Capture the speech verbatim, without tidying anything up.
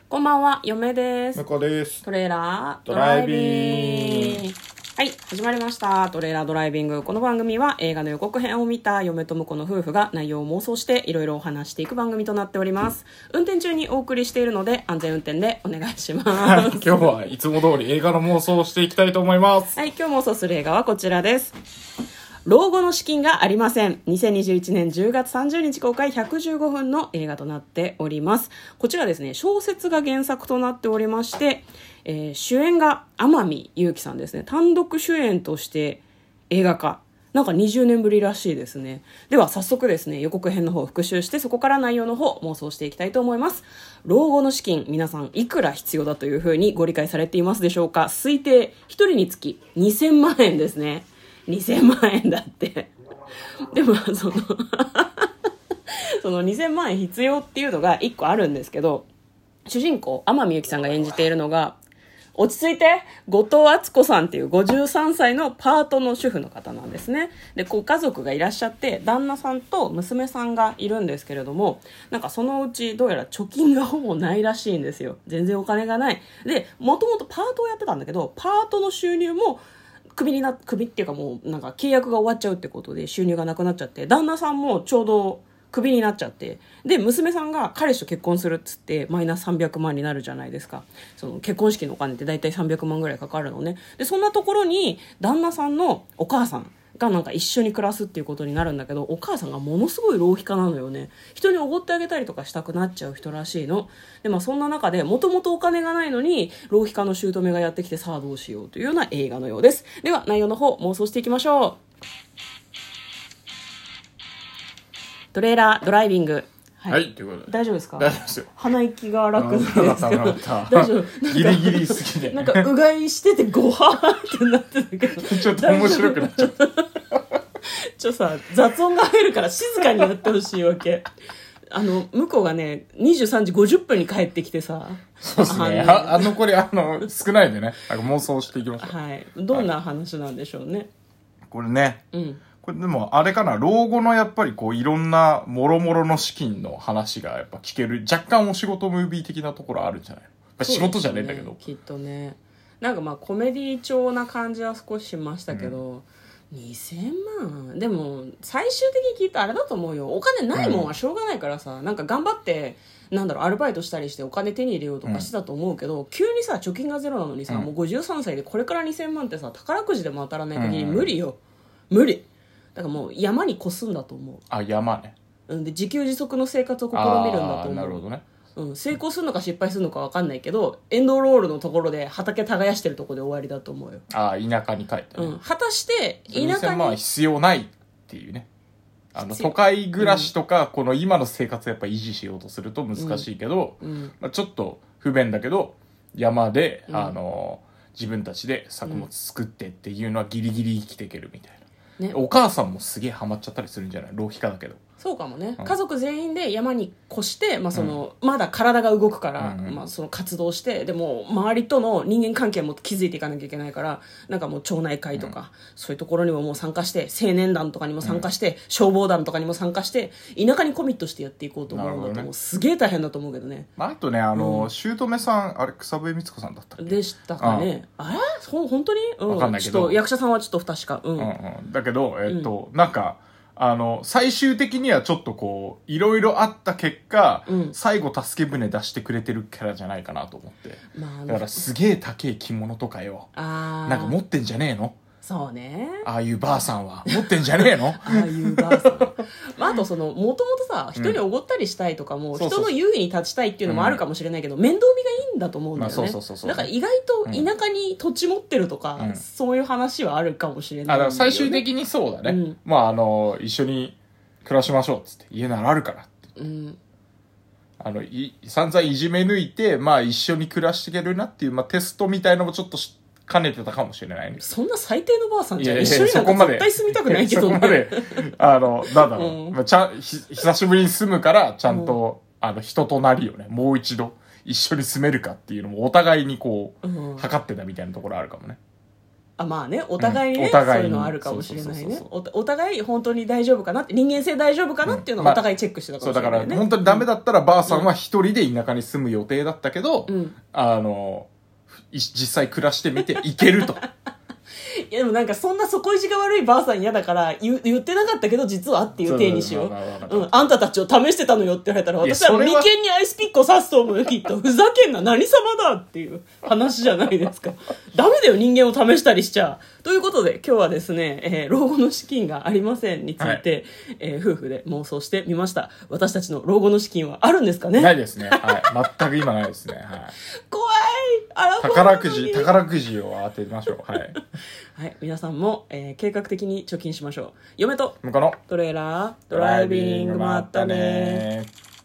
こんばんは、嫁です。 向こうです。 トレーラードドライビング。 はい、始まりました。トレーラードライビング。この番組は映画の予告編を見た嫁と婿の夫婦が内容を妄想していろいろお話していく番組となっております。運転中にお送りしているので安全運転でお願いします。 はい、今日はいつも通り映画の妄想をしていきたいと思います。 はい、今日妄想する映画はこちらです。老後の資金がありません。にせんにじゅういちねんじゅうがつさんじゅうにち公開ひゃくじゅうごふんの映画となっております。こちらですね、小説が原作となっておりまして、えー、主演が天海祐希さんですね。単独主演として映画化。なんかにじゅうねんぶりらしいですね。では早速ですね、予告編の方を復習して、そこから内容の方妄想していきたいと思います。老後の資金、皆さんいくら必要だというふうにご理解されていますでしょうか。推定ひとりにつきにせんまんえんですね。にせんまんえんだってでもそのそのにせんまんえん必要っていうのがいっこあるんですけど、主人公天海祐希さんが演じているのが、落ち着いて後藤敦子さんっていうごじゅうさんさいのパートの主婦の方なんですね。で、ご家族がいらっしゃって、旦那さんと娘さんがいるんですけれども、なんかそのうちどうやら貯金がほぼないらしいんですよ。全然お金がない。で、もともとパートをやってたんだけど、パートの収入もクビにな、クビっていうかもうなんか契約が終わっちゃうってことで収入がなくなっちゃって、旦那さんもちょうどクビになっちゃって、で娘さんが彼氏と結婚するっつってマイナスさんびゃくまんになるじゃないですか。その結婚式のお金ってだいたいさんびゃくまんぐらいかかるのね。でそんなところに旦那さんのお母さんがなんか一緒に暮らすっていうことになるんだけど、お母さんがものすごい浪費家なのよね。人におごってあげたりとかしたくなっちゃう人らしいので、まあそんな中でもともとお金がないのに浪費家の姑がやってきて、さあどうしようというような映画のようです。では内容の方妄想していきましょう。トレーラードライビング。 はい、はい、ということで大丈夫ですか？ 大丈夫ですよ。 鼻息が荒くないですけど大丈夫？ ギリギリすぎてなんかうがいしててゴハーってなってたけどちょっと面白くなっちゃったちょっとさ、雑音が入るから静かにやってほしいわけ。あの向こうがねにじゅうさんじごじゅっぷんに帰ってきてさ、 そうですね、あ, あのこれあの少ないんでね、妄想していきましょう。 はい、どんな話なんでしょうね、はい、 これね、 うんこれでもあれかな、老後のやっぱりこういろんなもろもろの資金の話がやっぱ聞ける、若干お仕事ムービー的なところあるんじゃないの？仕事じゃねえんだけど、 きっとね、なんかまあコメディ調な感じは少ししましたけど、うん、にせんまんでも最終的に聞いたらあれだと思うよ。お金ないもんはしょうがないからさ、うん、なんか頑張ってなんだろうアルバイトしたりしてお金手に入れようとかしてたと思うけど、うん、急にさ貯金がゼロなのにさ、うん、もうごじゅうさんさいでこれからにせんまんってさ、宝くじでも当たらない限り無理よ、うん、無理だからもう山に越すんだと思う。 あ、山ね。 うん、で自給自足の生活を試みるんだと思う。 なるほどね。 うん、成功するのか失敗するのか分かんないけど、エンドロールのところで畑耕してるところで終わりだと思うよ。 ああ、田舎に帰ってね、 うん、果たして田舎ににせんまんは必要ないっていうね。あの都会暮らしとか、うん、この今の生活をやっぱ維持しようとすると難しいけど、うんうんまあ、ちょっと不便だけど山で、うん、あの自分たちで作物作ってっていうのはギリギリ生きていけるみたいな。ね、お母さんもすげえハマっちゃったりするんじゃない？浪費家だけど。 そうかもね、うん、家族全員で山に越して、まあそのうん、まだ体が動くから、うんうんまあ、その活動して、でも周りとの人間関係も築いていかなきゃいけないから、なんかもう町内会とか、うん、そういうところにももう参加して、青年団とかにも参加して、うん、消防団とかにも参加して田舎にコミットしてやっていこうと思うんだと思う、ね、すげえ大変だと思うけどね、 まあ、あとねあの、うん、姑さんあれ草笛光子さんだったっけでしたかね、うん、あれそう本当に、うん、 分かんないけどちょっと役者さんはちょっと不確か、うんうんうん、だけどえー、っと、うん、なんかあの最終的にはちょっとこういろいろあった結果、うん、最後助け舟出してくれてるキャラじゃないかなと思って、まあ、だからすげえ高い着物とかよ、あなんか持ってんじゃねえの？ そうね、 ああいうばあさんは持ってんじゃねえの？ ああいうばあさん、まあ、あとそのもともとさ人におごったりしたいとかも、うん、人の優位に立ちたいっていうのもあるかもしれないけど、うん、面倒見がいいんだと思うんだよね、まあ、そうそうそうそうだから意外と田舎に土地持ってるとか、うん、そういう話はあるかもしれない、 ね、あだから最終的にそうだね、うん、まああの一緒に暮らしましょうっつって家ならあるからって、うん、あのい散々いじめ抜いてまあ一緒に暮らしていけるなっていう、まあ、テストみたいのもちょっと兼ねてたかもしれないね。 そんな最低のばあさんじゃん。一緒になんか絶対住みたくないけどね。 そこまであのなんだろう、うんまあ、ちゃんひ久しぶりに住むからちゃんと、うん、あの人となりをねもう一度一緒に住めるかっていうのもお互いにこう、うん、測ってたみたいなところあるかもね。 あまあねお互いにね、 うんお互いにそういうのはあるかもしれないねそうそうそうそうおお互い本当に大丈夫かなって人間性大丈夫かなっていうのをうんまあお互いチェックしてたかそうだからもしれないね、 本当にダメだったらばあさんは一人で田舎に住む予定だったけど、 うんあのい実際暮らしてみていけるといやでもなんかそんな底意地が悪いばあさん嫌だから言言ってなかったけど実はっていう体にしよう。 そうそうそうそううん、あんたたちを試してたのよって言われたらいや私はそれは眉間にアイスピックを刺すと思うよきっと。ふざけんな何様だっていう話じゃないですか。ダメだよ人間を試したりしちゃ。ということで今日はですね、えー老後の資金がありませんについて、はいえー夫婦で妄想してみました。私たちの老後の資金はあるんですかね。 ないですね、はい、全く今ないですね、はい、 怖いアラフォー宝くなのにじ宝くじを当てましょう。はいはい、皆さんも、えー計画的に貯金しましょう。嫁と向こうのトレーラードライビングまったね。